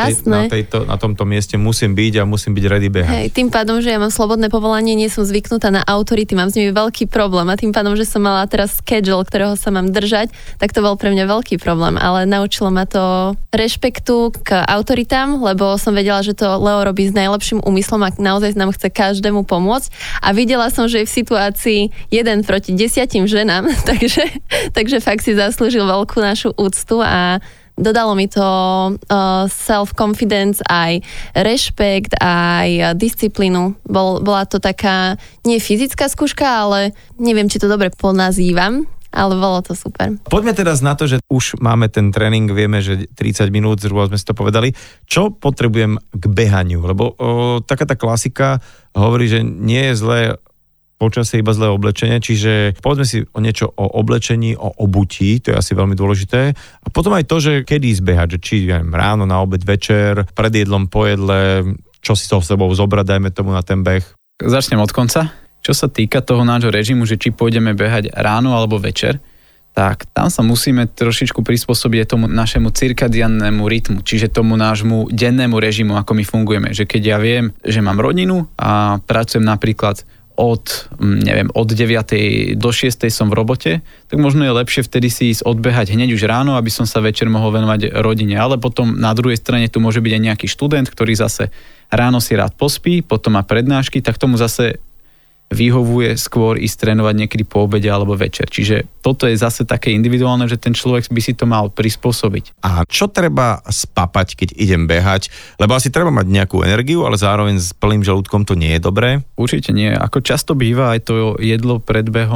na tomto mieste musím byť a musím byť ready behať. Hej, tým pádom, že ja mám slobodné povolanie, nie som zvyknutá na autority, mám s nimi veľký problém a tým pádom, že som mala teraz schedule, ktorého sa mám držať, tak to bol pre mňa veľký problém, ale naučilo ma to rešpektu k autoritám, lebo som vedela, že to Leo robí s najlepším úmyslom a naozaj nám chce každému pomôcť a videla som, že je v situácii 1 proti 10 ženám, takže fakt si zaslúžil veľkú našu úctu a dodalo mi to self-confidence, aj rešpekt, aj disciplínu. Bola to taká, nie fyzická skúška, ale neviem, či to dobre ponazývam, ale bolo to super. Poďme teraz na to, že už máme ten tréning, vieme, že 30 minút, zhruba sme si to povedali. Čo potrebujem k behaniu? Lebo taká tá klasika hovorí, že nie je zlé počasie iba zlé oblečenie, čiže povedzme si o niečo o oblečení, o obutí, to je asi veľmi dôležité. A potom aj to, že kedy zbehať, že či ráno, na obed, večer, pred jedlom, po jedle, čo si so sebou zobrať, dajme tomu na ten beh. Začnem od konca. Čo sa týka toho nášho režimu, že či pôjdeme behať ráno alebo večer, tak tam sa musíme trošičku prispôsobiť tomu našemu cirkadiannému rytmu, čiže tomu nášmu dennému režimu, ako my fungujeme. Že keď ja viem, že mám rodinu a pracujem napríklad od 9. do 6. som v robote, tak možno je lepšie vtedy si ísť odbehať hneď už ráno, aby som sa večer mohol venovať rodine. Ale potom na druhej strane tu môže byť aj nejaký študent, ktorý zase ráno si rád pospí, potom má prednášky, tak tomu zase vyhovuje skôr ísť trénovať niekedy po obede alebo večer. Čiže toto je zase také individuálne, že ten človek by si to mal prispôsobibiť. A čo treba spapať, keď idem behať? Lebo asi treba mať nejakú energiu, ale zároveň s plným žalúdkom to nie je dobré. Určite nie. Ako často býva aj to jedlo pred behom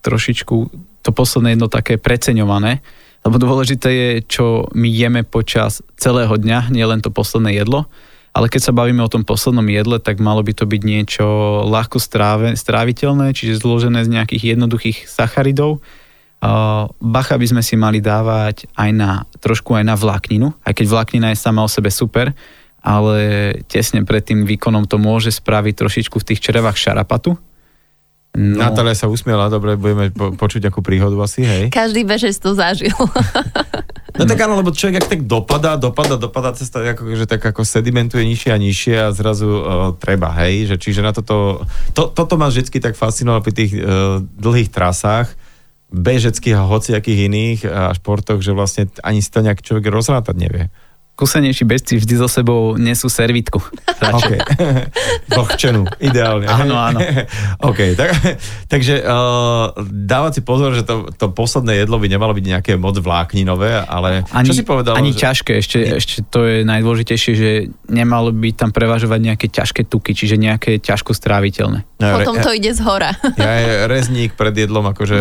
trošičku to posledné jedlo také preceňované, lebo dôležité je, čo my jeme počas celého dňa, nie len to posledné jedlo, ale keď sa bavíme o tom poslednom jedle, tak malo by to byť niečo ľahko stráviteľné, čiže zložené z nejakých jednoduchých sacharidov. Bacha by sme si mali dávať trošku aj na vlákninu, aj keď vláknina je sama o sebe super, ale tesne pred tým výkonom to môže spraviť trošičku v tých črevách šarapatu. No. Natália sa usmiela, dobre, budeme počuť akú príhodu asi, hej? Každý bežec to zažil. No tak áno, lebo človek ak tak dopadá cesta, že tak ako sedimentuje nižšie a nižšie a zrazu treba, hej? Že, čiže na toto ma vždycky tak fascinovalo pri tých dlhých trasách, bežeckých a hociakých iných športoch, že vlastne ani si to nejak človek rozrátať nevie. Skúsenejší bežci vždy so sebou nesú servítku. OK. Vlhčenú, ideálne. Áno. OK, takže dávať si pozor, že to posledné jedlo by nemalo byť nejaké moc vlákninové, ale čo si povedal? Ani ťažké, ešte to je najdôležitejšie, že nemalo by tam prevažovať nejaké ťažké tuky, čiže nejaké ťažko stráviteľné. Potom to ide z hora. Rezník pred jedlom, akože...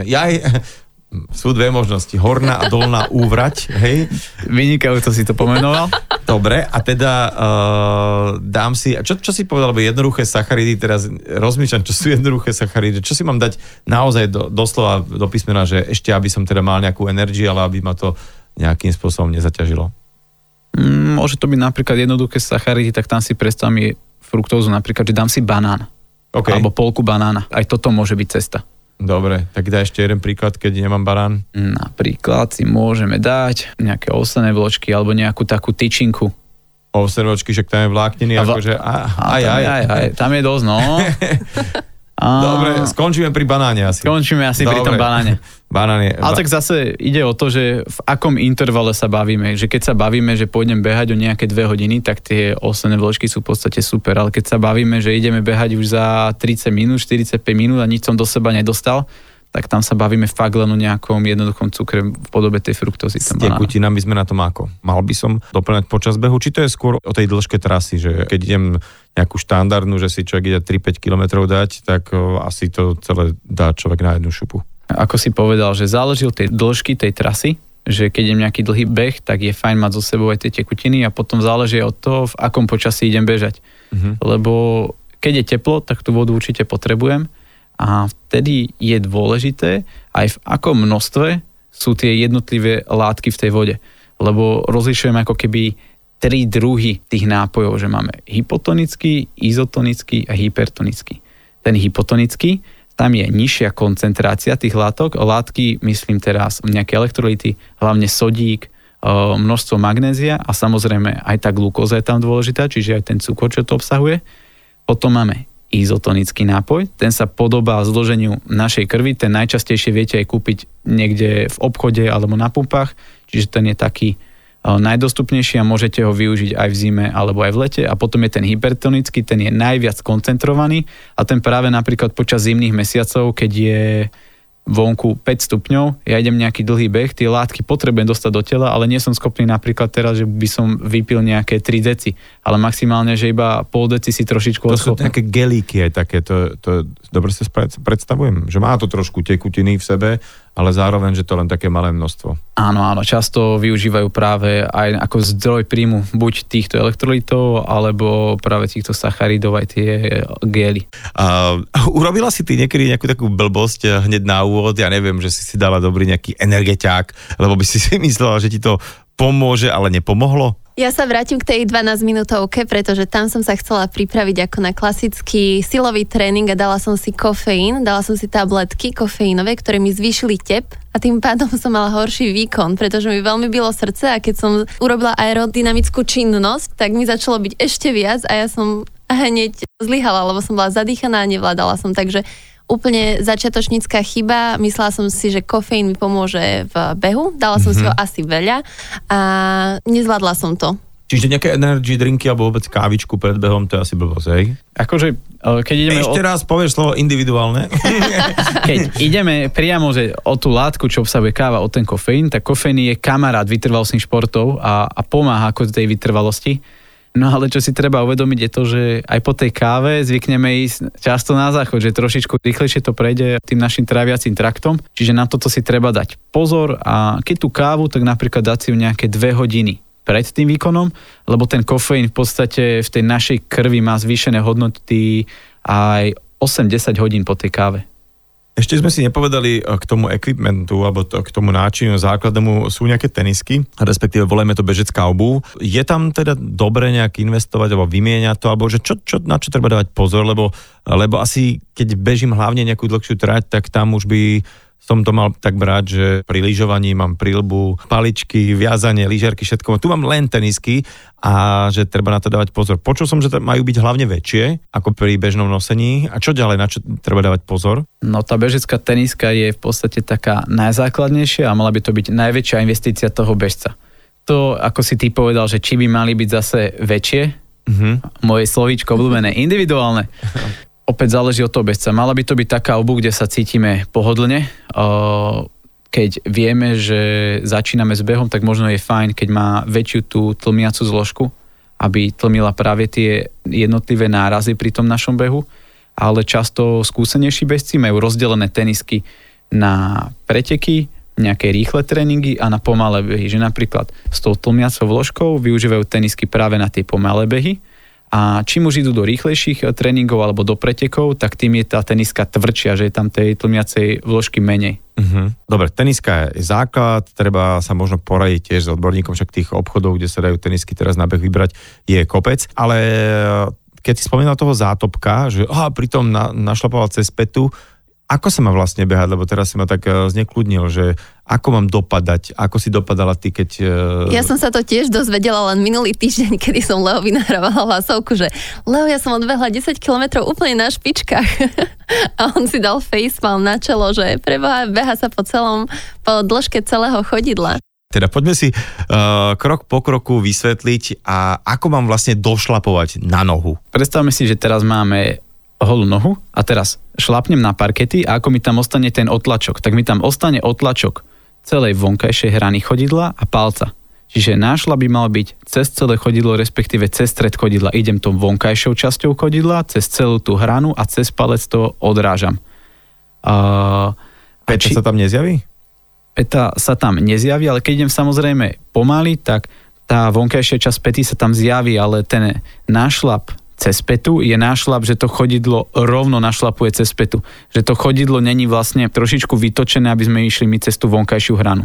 Sú dve možnosti, horná a dolná úvrať, hej? Vynikajúco si to pomenoval. Dobre, a teda dám si, čo si povedal, lebo jednoduché sacharidy, teraz rozmýšľam, čo sú jednoduché sacharidy, čo si mám dať naozaj doslova do písmena, že ešte, aby som teda mal nejakú energiu, ale aby ma to nejakým spôsobom nezaťažilo. Môže to byť napríklad jednoduché sacharidy, tak tam si predstav mi fruktózu, napríklad, že dám si banán. Okay. Alebo polku banána. Aj toto môže byť cesta. Dobre, tak daj ešte jeden príklad, keď nemám banán. Napríklad si môžeme dať nejaké ovsené vločky alebo nejakú takú tyčinku. Ovsené vločky, že tam je vlákniny, akože aj. Tam je dosť, no. Dobre, skončíme pri banáne asi. Pri tom banáne. Ale tak zase ide o to, že v akom intervale sa bavíme. Že keď sa bavíme, že pôjdem behať o nejaké 2 hodiny, tak tie ovsené vločky sú v podstate super. Ale keď sa bavíme, že ideme behať už za 30 minút, 45 minút a nič som do seba nedostal, tak tam sa bavíme fakt len o nejakom jednoduchom cukre v podobe tej fruktózy. S tekutinami sme na tom ako? Mal by som doplňať počas behu? Či to je skôr o tej dĺžke trasy, že keď idem nejakú štandardnú, že si človek ide 3-5 kilometrov dať, tak asi to celé dá človek na jednu šupu. Ako si povedal, že záleží od tej dĺžky tej trasy, že keď idem nejaký dlhý beh, tak je fajn mať so sebou aj tie tekutiny a potom záleží od toho, v akom počasí idem bežať. Lebo keď je teplo, tak tú vodu určite potrebujem. A vtedy je dôležité aj v akom množstve sú tie jednotlivé látky v tej vode. Lebo rozlišujeme ako keby 3 druhy tých nápojov, že máme hypotonický, izotonický a hypertonický. Ten hypotonický, tam je nižšia koncentrácia tých látok. Látky, myslím teraz nejaké elektrolyty, hlavne sodík, množstvo magnézia a samozrejme aj tá glukóza je tam dôležitá, čiže aj ten cukor, čo to obsahuje. Potom máme izotonický nápoj, ten sa podobá zloženiu našej krvi, ten najčastejšie viete aj kúpiť niekde v obchode alebo na pumpách, čiže ten je taký najdostupnejší a môžete ho využiť aj v zime alebo aj v lete. A potom je ten hypertonický, ten je najviac koncentrovaný a ten práve napríklad počas zimných mesiacov, keď je vonku 5 stupňov, ja idem nejaký dlhý beh, tie látky potrebujem dostať do tela, ale nie som schopný napríklad teraz, že by som vypil nejaké 3 deci, ale maximálne, že iba pol deci si trošičku odchopím. To sú také gelíky aj také, to dobre si predstavujem, že má to trošku tekutiny v sebe, ale zároveň, že to len také malé množstvo. Áno, často využívajú práve aj ako zdroj príjmu buď týchto elektrolytov, alebo práve týchto sacharidov aj tie gély. Urobila si ty niekedy nejakú takú blbosť hneď na úvod, ja neviem, že si dala dobrý nejaký energetiák, lebo by si myslela, že ti to pomôže, ale nepomohlo? Ja sa vrátim k tej 12-minútovke, pretože tam som sa chcela pripraviť ako na klasický silový tréning a dala som si kofeín, dala som si tabletky kofeínové, ktoré mi zvýšili tep a tým pádom som mala horší výkon, pretože mi veľmi bylo srdce a keď som urobila aerodynamickú činnosť, tak mi začalo byť ešte viac a ja som hneď zlyhala, lebo som bola zadýchaná a nevládala som, takže úplne začiatočnícka chyba. Myslela som si, že kofeín mi pomôže v behu. Dala som si ho asi veľa a nezvládla som to. Čiže nejaké energy drinky alebo vôbec kávičku pred behom, to je asi blbosť, hej? Akože, keď ideme... Ešte raz povieš slovo individuálne. Keď ideme priamo, že o tú látku, čo obsahuje káva, o ten kofeín, tak kofeín je kamarát vytrvalostných športov a pomáha ako tej vytrvalosti. No ale čo si treba uvedomiť je to, že aj po tej káve zvykneme ísť často na záchod, že trošičku rýchlejšie to prejde tým našim tráviacím traktom, čiže na toto si treba dať pozor a keď tú kávu, tak napríklad dať si ju nejaké 2 hodiny pred tým výkonom, lebo ten kofeín v podstate v tej našej krvi má zvýšené hodnoty aj 8-10 hodín po tej káve. Ešte sme si nepovedali k tomu equipmentu alebo k tomu náčinu základnému, sú nejaké tenisky, respektíve voláme to bežecká obuv. Je tam teda dobre nejak investovať alebo vymieňať to, alebo že na čo treba dávať pozor, lebo asi keď bežím hlavne nejakú dlhšiu trať, tak tam už by som to mal tak brať, že pri lyžovaní mám prilbu, paličky, viazanie, lyžiarky, všetko. Tu mám len tenisky a že treba na to dávať pozor. Počul som, že majú byť hlavne väčšie ako pri bežnom nosení. A čo ďalej, na čo treba dávať pozor? No tá bežecká teniska je v podstate taká najzákladnejšia a mala by to byť najväčšia investícia toho bežca. To, ako si ty povedal, že či by mali byť zase väčšie, moje slovíčko obľúbené, individuálne. Opäť záleží od toho bežca. Mala by to byť taká obuv, kde sa cítime pohodlne. Keď vieme, že začíname s behom, tak možno je fajn, keď má väčšiu tú tlmiacu zložku, aby tlmila práve tie jednotlivé nárazy pri tom našom behu. Ale často skúsenejší bežci majú rozdelené tenisky na preteky, nejaké rýchle tréningy a na pomalé behy. Že napríklad s tou tlmiacou vložkou využívajú tenisky práve na tie pomalé behy. A čím už idú do rýchlejších tréningov alebo do pretekov, tak tým je tá teniska tvrdšia, že je tam tej tlmiacej vložky menej. Dobre, teniska je základ, treba sa možno poradiť tiež s odborníkom, však tých obchodov, kde sa dajú tenisky teraz na beh vybrať, je kopec, ale keď si spomínal toho zátopka, že pritom našlapoval cez petu, ako sa má vlastne behať, lebo teraz si ma tak znekľudnil, že ako mám dopadať, ako si dopadala ty, keď... Ja som sa to tiež dozvedela len minulý týždeň, kedy som Leovi nahrávala hlasovku, že Leo, ja som odbehla 10 kilometrov úplne na špičkách. A on si dal facepalm na čelo, že preboha, beha sa po dĺžke celého chodidla. Teda poďme si krok po kroku vysvetliť, a ako mám vlastne došlapovať na nohu. Predstavme si, že teraz máme holú nohu a teraz šlapnem na parkety a ako mi tam ostane ten otlačok, tak mi tam ostane otlačok celej vonkajšej hrany chodidla a palca. Čiže nášľap by mal byť cez celé chodidlo, respektíve cez stred chodidla. Idem tou vonkajšou časťou chodidla, cez celú tú hranu a cez palec to odrážam. Peta sa tam nezjaví? Peta sa tam nezjaví, ale keď idem samozrejme pomaly, tak tá vonkajšia časť pety sa tam zjaví, ale ten nášľap cez petu je nášľap, že to chodidlo rovno našľapuje cez petu. Že to chodidlo není vlastne trošičku vytočené, aby sme išli my cez tú vonkajšiu hranu.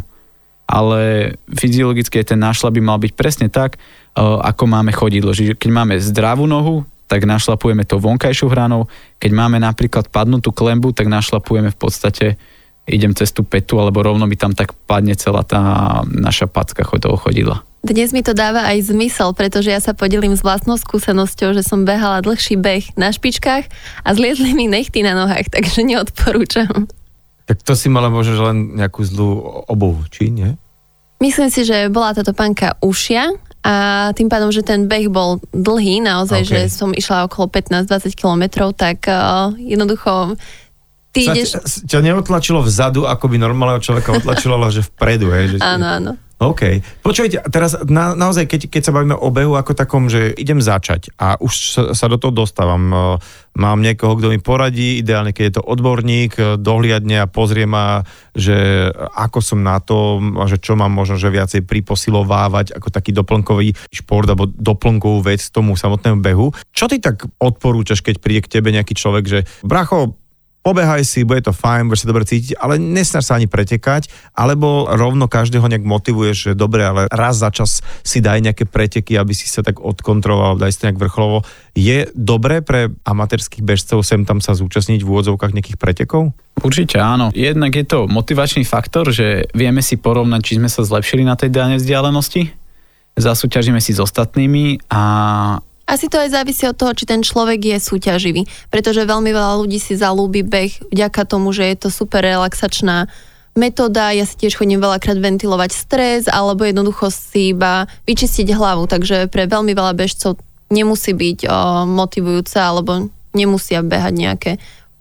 Ale fyziologicky ten nášľap by mal byť presne tak, ako máme chodidlo. Že keď máme zdravú nohu, tak našľapujeme to vonkajšiu hranou. Keď máme napríklad padnutú klembu, tak našľapujeme v podstate, idem cez tú petu, alebo rovno mi tam tak padne celá tá naša packa toho chodidla. Dnes mi to dáva aj zmysel, pretože ja sa podelím s vlastnou skúsenosťou, že som behala dlhší beh na špičkách a zliezli mi nechty na nohách, takže neodporúčam. Tak to si mala možno len nejakú zlú obuv, či nie? Myslím si, že bola táto topánka užšia a tým pádom, že ten beh bol dlhý, naozaj, že som išla okolo 15-20 kilometrov, tak jednoducho ty ideš... Ťa neotlačilo vzadu, ako by normálneho človeka otlačilo, ale že vpredu, hej? Že áno, áno. OK. Počujte, teraz naozaj, keď sa bavíme o behu ako takom, že idem začať a už sa do toho dostávam, mám niekoho, kto mi poradí, ideálne, keď je to odborník, dohliadne a pozrie ma, že ako som na to, a že čo mám možno, že viacej priposilovávať ako taký doplnkový šport alebo doplnkovú vec k tomu samotnému behu. Čo ty tak odporúčaš, keď príde k tebe nejaký človek, že bracho, pobehaj si, bude to fajn, budeš sa dobre cítiť, ale nesnaž sa ani pretekať, alebo rovno každého nejak motivuješ, že dobre, ale raz za čas si daj nejaké preteky, aby si sa tak odkontroloval, daj si to nejak vrcholovo. Je dobré pre amatérskych bežcov sem tam sa zúčastniť v úvodzovkách nejakých pretekov? Určite áno. Jednak je to motivačný faktor, že vieme si porovnať, či sme sa zlepšili na tej danej vzdialenosti, zasúťažíme si s ostatnými a asi to aj závisí od toho, či ten človek je súťaživý, pretože veľmi veľa ľudí si zalúbi beh vďaka tomu, že je to super relaxačná metóda. Ja si tiež chodím veľakrát ventilovať stres alebo jednoducho si iba vyčistiť hlavu, takže pre veľmi veľa bežcov nemusí byť motivujúce alebo nemusia behať nejaké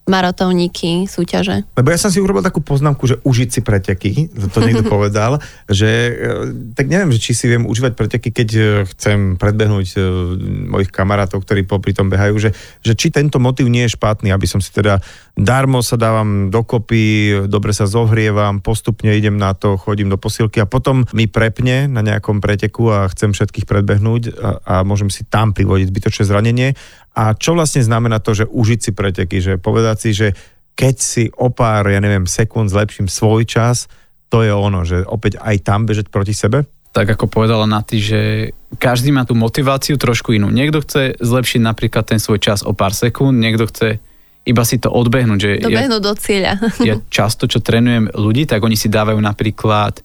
maratóniky, súťaže. Lebo ja som si urobil takú poznámku, že užiť si preteky, to niekto povedal, že tak neviem, že či si viem užívať preteky, keď chcem predbehnúť mojich kamarátov, ktorí popri tom behajú, že či tento motív nie je špatný, aby som si teda darmo sa dávam dokopy, dobre sa zohrievam, postupne idem na to, chodím do posilky a potom mi prepne na nejakom preteku a chcem všetkých predbehnúť a môžem si tam privodiť zbytočné zranenie. A čo vlastne znamená to, že užiť si preteky, že povedať si, že keď si o pár, sekúnd zlepším svoj čas, to je ono, že opäť aj tam bežať proti sebe? Tak ako povedala Naty, že každý má tú motiváciu trošku inú. Niekto chce zlepšiť napríklad ten svoj čas o pár sekúnd, niekto chce iba si to odbehnúť. Že dobehnúť do cieľa. Ja často, čo trénujem ľudí, tak oni si dávajú napríklad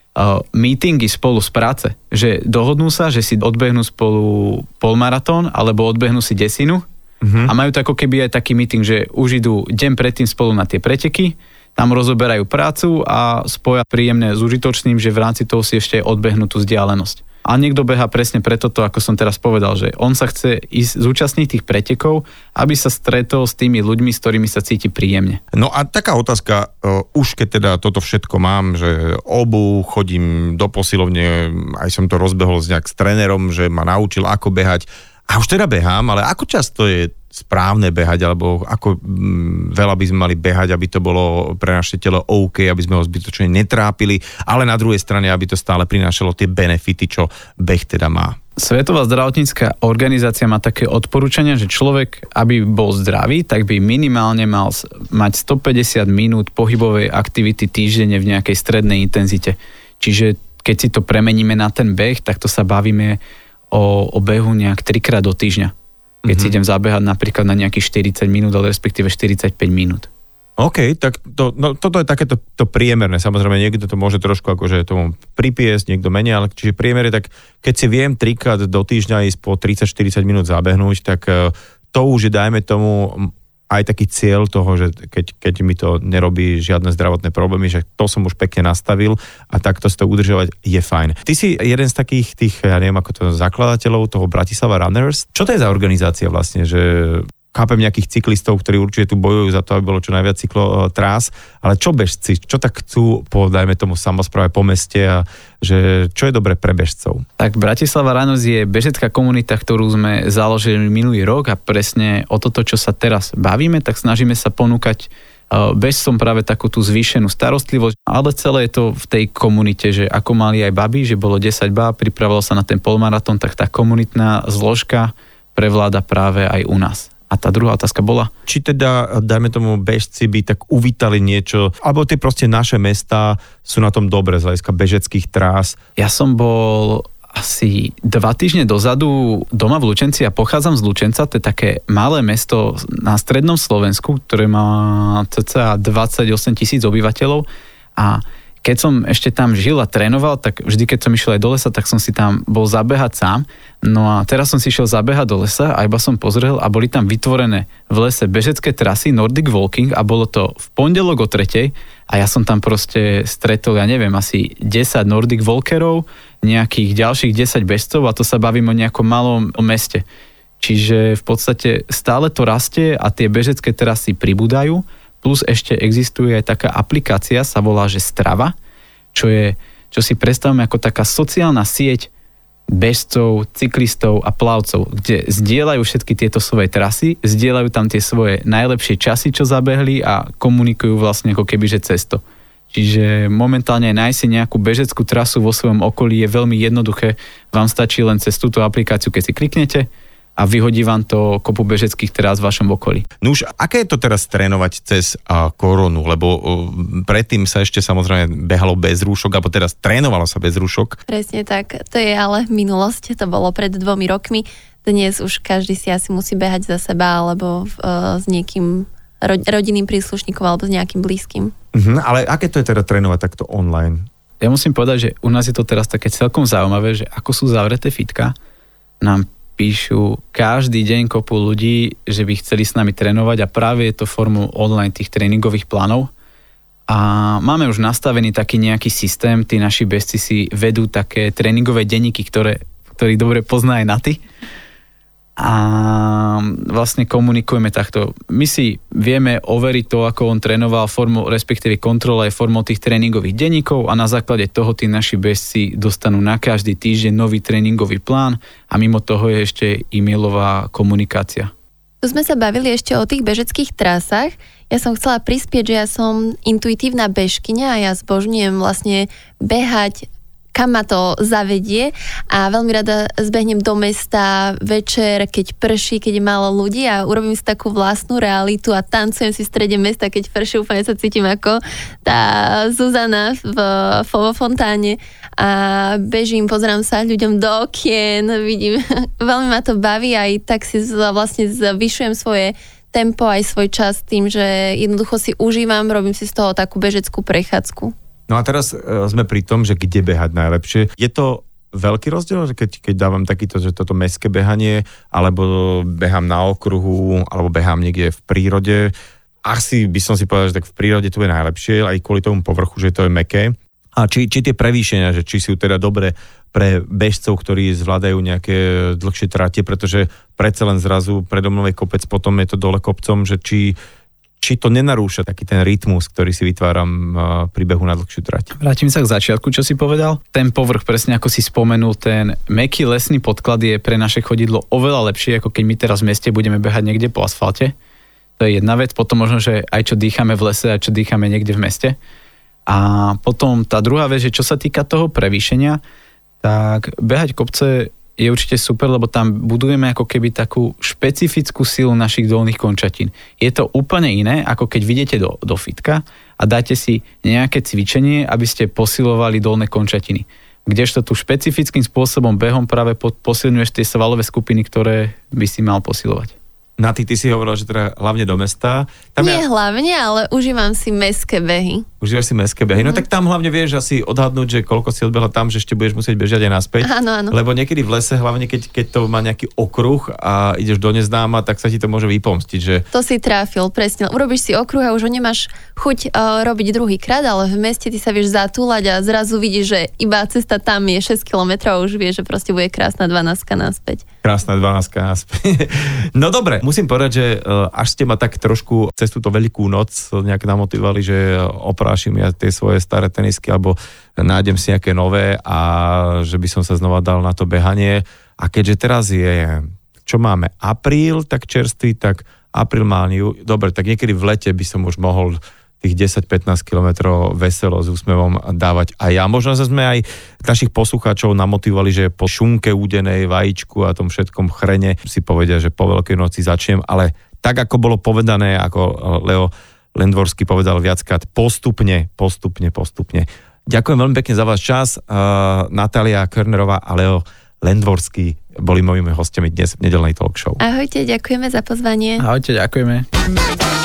meetingy spolu z práce, že dohodnú sa, že si odbehnú spolu polmaratón alebo odbehnú si desinu a majú to ako keby aj taký meeting, že už idú deň predtým spolu na tie preteky, tam rozoberajú prácu a spoja príjemné s užitočným, že v rámci toho si ešte odbehnú tú vzdialenosť. A niekto beha presne preto, ako som teraz povedal, že on sa chce ísť zúčastniť tých pretekov, aby sa stretol s tými ľuďmi, s ktorými sa cíti príjemne. No a taká otázka, už keď teda toto všetko mám, že chodím do posilovne, aj som to rozbehol nejak s trénerom, že ma naučil, ako behať. A už teda behám, ale ako často je správne behať, alebo ako veľa by sme mali behať, aby to bolo pre naše telo OK, aby sme ho zbytočne netrápili, ale na druhej strane, aby to stále prinášalo tie benefity, čo beh teda má. Svetová zdravotnícka organizácia má také odporúčania, že človek, aby bol zdravý, tak by minimálne mal mať 150 minút pohybovej aktivity týždenne v nejakej strednej intenzite. Čiže keď si to premeníme na ten beh, tak to sa bavíme o behu nejak 3-krát do týždňa. Keď si idem zabehať napríklad na nejakých 40 minút, ale respektíve 45 minút. OK, tak toto je takéto priemerné. Samozrejme, niekto to môže trošku akože tomu pripiesť, niekto menej, ale čiže priemer je tak, keď si viem 3-krát do týždňa ísť po 30-40 minút zabehnúť, tak to už je, dajme tomu, aj taký cieľ toho, že keď mi to nerobí žiadne zdravotné problémy, že to som už pekne nastavil a takto si to udržovať je fajn. Ty si jeden z takých tých, ja neviem ako to, zakladateľov toho Bratislava Runners. Čo to je za organizácia vlastne, že chápem nejakých cyklistov, ktorí určite tu bojujú za to, aby bolo čo najviac trás, ale čo bežci, čo tak chcú po, dajme tomu, samospráve po meste a že čo je dobre pre bežcov? Tak Bratislava Runners je bežecká komunita, ktorú sme založili minulý rok a presne o toto, čo sa teraz bavíme, tak snažíme sa ponúkať bežcom práve takú tú zvýšenú starostlivosť, ale celé je to v tej komunite, že ako mali aj baby, že bolo 10 báb, pripravilo sa na ten polmaratón, tak tá komunitná zložka prevláda práve aj u nás. A tá druhá otázka bola? Či teda, dajme tomu, bežci by tak uvítali niečo, alebo tie proste naše mestá sú na tom dobre z hľadiska bežeckých trás. Ja som bol asi 2 týždne dozadu doma v Lučenci a pochádzam z Lučenca, to je také malé mesto na strednom Slovensku, ktoré má cca 28 000 obyvateľov a keď som ešte tam žil a trénoval, tak vždy, keď som išiel aj do lesa, tak som si tam bol zabehať sám. No a teraz som si išiel zabehať do lesa a iba som pozrel a boli tam vytvorené v lese bežecké trasy Nordic Walking a bolo to v pondelok o 3:00 a ja som tam proste stretol, ja neviem, asi 10 Nordic Walkerov, nejakých ďalších 10 bežcov a to sa bavím o nejakom malom meste. Čiže v podstate stále to rastie a tie bežecké trasy pribúdajú. Plus ešte existuje aj taká aplikácia, sa volá, že Strava, čo si predstavíme ako taká sociálna sieť bežcov, cyklistov a plavcov, kde zdieľajú všetky tieto svoje trasy, zdieľajú tam tie svoje najlepšie časy, čo zabehli a komunikujú vlastne ako kebyže cesto. Čiže momentálne nájsť si nejakú bežeckú trasu vo svojom okolí je veľmi jednoduché. Vám stačí len cez túto aplikáciu, keď si kliknete, a vyhodí vám to kopu bežeckých trás v vašom okolí. No už, aké je to teraz trénovať cez koronu? Lebo predtým sa ešte samozrejme behalo bez rúšok, alebo teraz trénovalo sa bez rúšok. Presne tak. To je ale minulosť. To bolo pred 2 rokmi. Dnes už každý si asi musí behať za seba, alebo s niekým rodinným príslušníkom, alebo s nejakým blízkym. Ale aké to je teda trénovať takto online? Ja musím povedať, že u nás je to teraz také celkom zaujímavé, že ako sú zavreté fitka, nám píšu každý deň kopu ľudí, že by chceli s nami trénovať a práve je to formou online tých tréningových plánov. A máme už nastavený taký nejaký systém, tí naši bežci si vedú také tréningové denníky, ktorý dobre pozná aj Naty. a vlastne komunikujeme takto. My si vieme overiť to, ako on trénoval formou, respektíve kontrola aj formou tých tréningových denníkov a na základe toho tí naši bežci dostanú na každý týždeň nový tréningový plán a mimo toho je ešte e-mailová komunikácia. Tu sme sa bavili ešte o tých bežeckých trasách. Ja som chcela prispieť, že ja som intuitívna bežkyňa a ja zbožňujem vlastne behať, kam ma to zavedie a veľmi rada zbehnem do mesta večer, keď prší, keď je málo ľudí a urobím si takú vlastnú realitu a tancujem si v strede mesta, keď prší, úplne sa cítim ako tá Zuzana vo fontáne a bežím, pozerám sa ľuďom do okien, vidím, veľmi ma to baví a aj tak si vlastne zvyšujem svoje tempo aj svoj čas tým, že jednoducho si užívam, robím si z toho takú bežeckú prechádzku. No a teraz sme pri tom, že kde behať najlepšie. Je to veľký rozdiel, že keď dávam takýto, že toto mestské behanie, alebo behám na okruhu, alebo behám niekde v prírode. Asi by som si povedal, že tak v prírode to je najlepšie, aj kvôli tomu povrchu, že to je mäkké. A či tie prevýšenia, že či sú teda dobré pre bežcov, ktorí zvládajú nejaké dlhšie trate, pretože predsa len zrazu predo mnou je kopec, potom je to dole kopcom, že či to nenarúša taký ten rytmus, ktorý si vytváram pri behu na dlhšiu trať. Vrátim sa k začiatku, čo si povedal. Ten povrch, presne ako si spomenul, ten mäkký lesný podklad je pre naše chodidlo oveľa lepšie, ako keď my teraz v meste budeme behať niekde po asfalte. To je jedna vec. Potom možno, že aj čo dýchame v lese, aj čo dýchame niekde v meste. A potom tá druhá vec, že čo sa týka toho prevýšenia, tak behať kopce je určite super, lebo tam budujeme ako keby takú špecifickú silu našich dolných končatín. Je to úplne iné, ako keď vidíte do fitka a dáte si nejaké cvičenie, aby ste posilovali dolné končatiny. Kdežto tu špecifickým spôsobom behom práve posilňuješ tie svalové skupiny, ktoré by si mal posilovať. Ty si hovorila, že teda hlavne do mesta. Nie hlavne, ale užívam si mestské behy. Užívaš si mestské behy. No tak tam hlavne vieš asi odhadnúť, že koľko si odbehla tam, že ešte budeš musieť bežať aj naspäť. Áno. Lebo niekedy v lese, hlavne keď to má nejaký okruh a ideš do neznáma, tak sa ti to môže vypomstiť. Že... To si trafil, presne. Urobíš si okruh a už ho nemáš chuť robiť druhýkrát, ale v meste ty sa vieš zatúlať a zrazu vidíš, že iba cesta tam je 6 km a už vieš, že proste bude krásna 12 naspäť. Krásna 12 naspäť. No dobre, musím povedať, že až ste ma tak trošku cez túto veľkú noc nejak namotivovali, že oprášim ja tie svoje staré tenisky alebo nájdem si nejaké nové a že by som sa znova dal na to behanie. A keďže teraz je, čo máme, apríl, tak čerstvý, tak apríl, máj, dobre, tak niekedy v lete by som už mohol tých 10-15 kilometrov veselo s úsmevom dávať aj ja. Možno sa sme aj našich poslucháčov namotivovali, že po šunke údenej, vajíčku a tom všetkom chrene si povedia, že po Veľkej noci začnem, ale tak ako bolo povedané, ako Leo Lendvorský povedal viackrát, postupne. Ďakujem veľmi pekne za váš čas. Natália Körnerová a Leo Lendvorský boli mojimi hostiami dnes v nedeľnej talk show. Ahojte, ďakujeme za pozvanie. Ahojte, ďakujeme.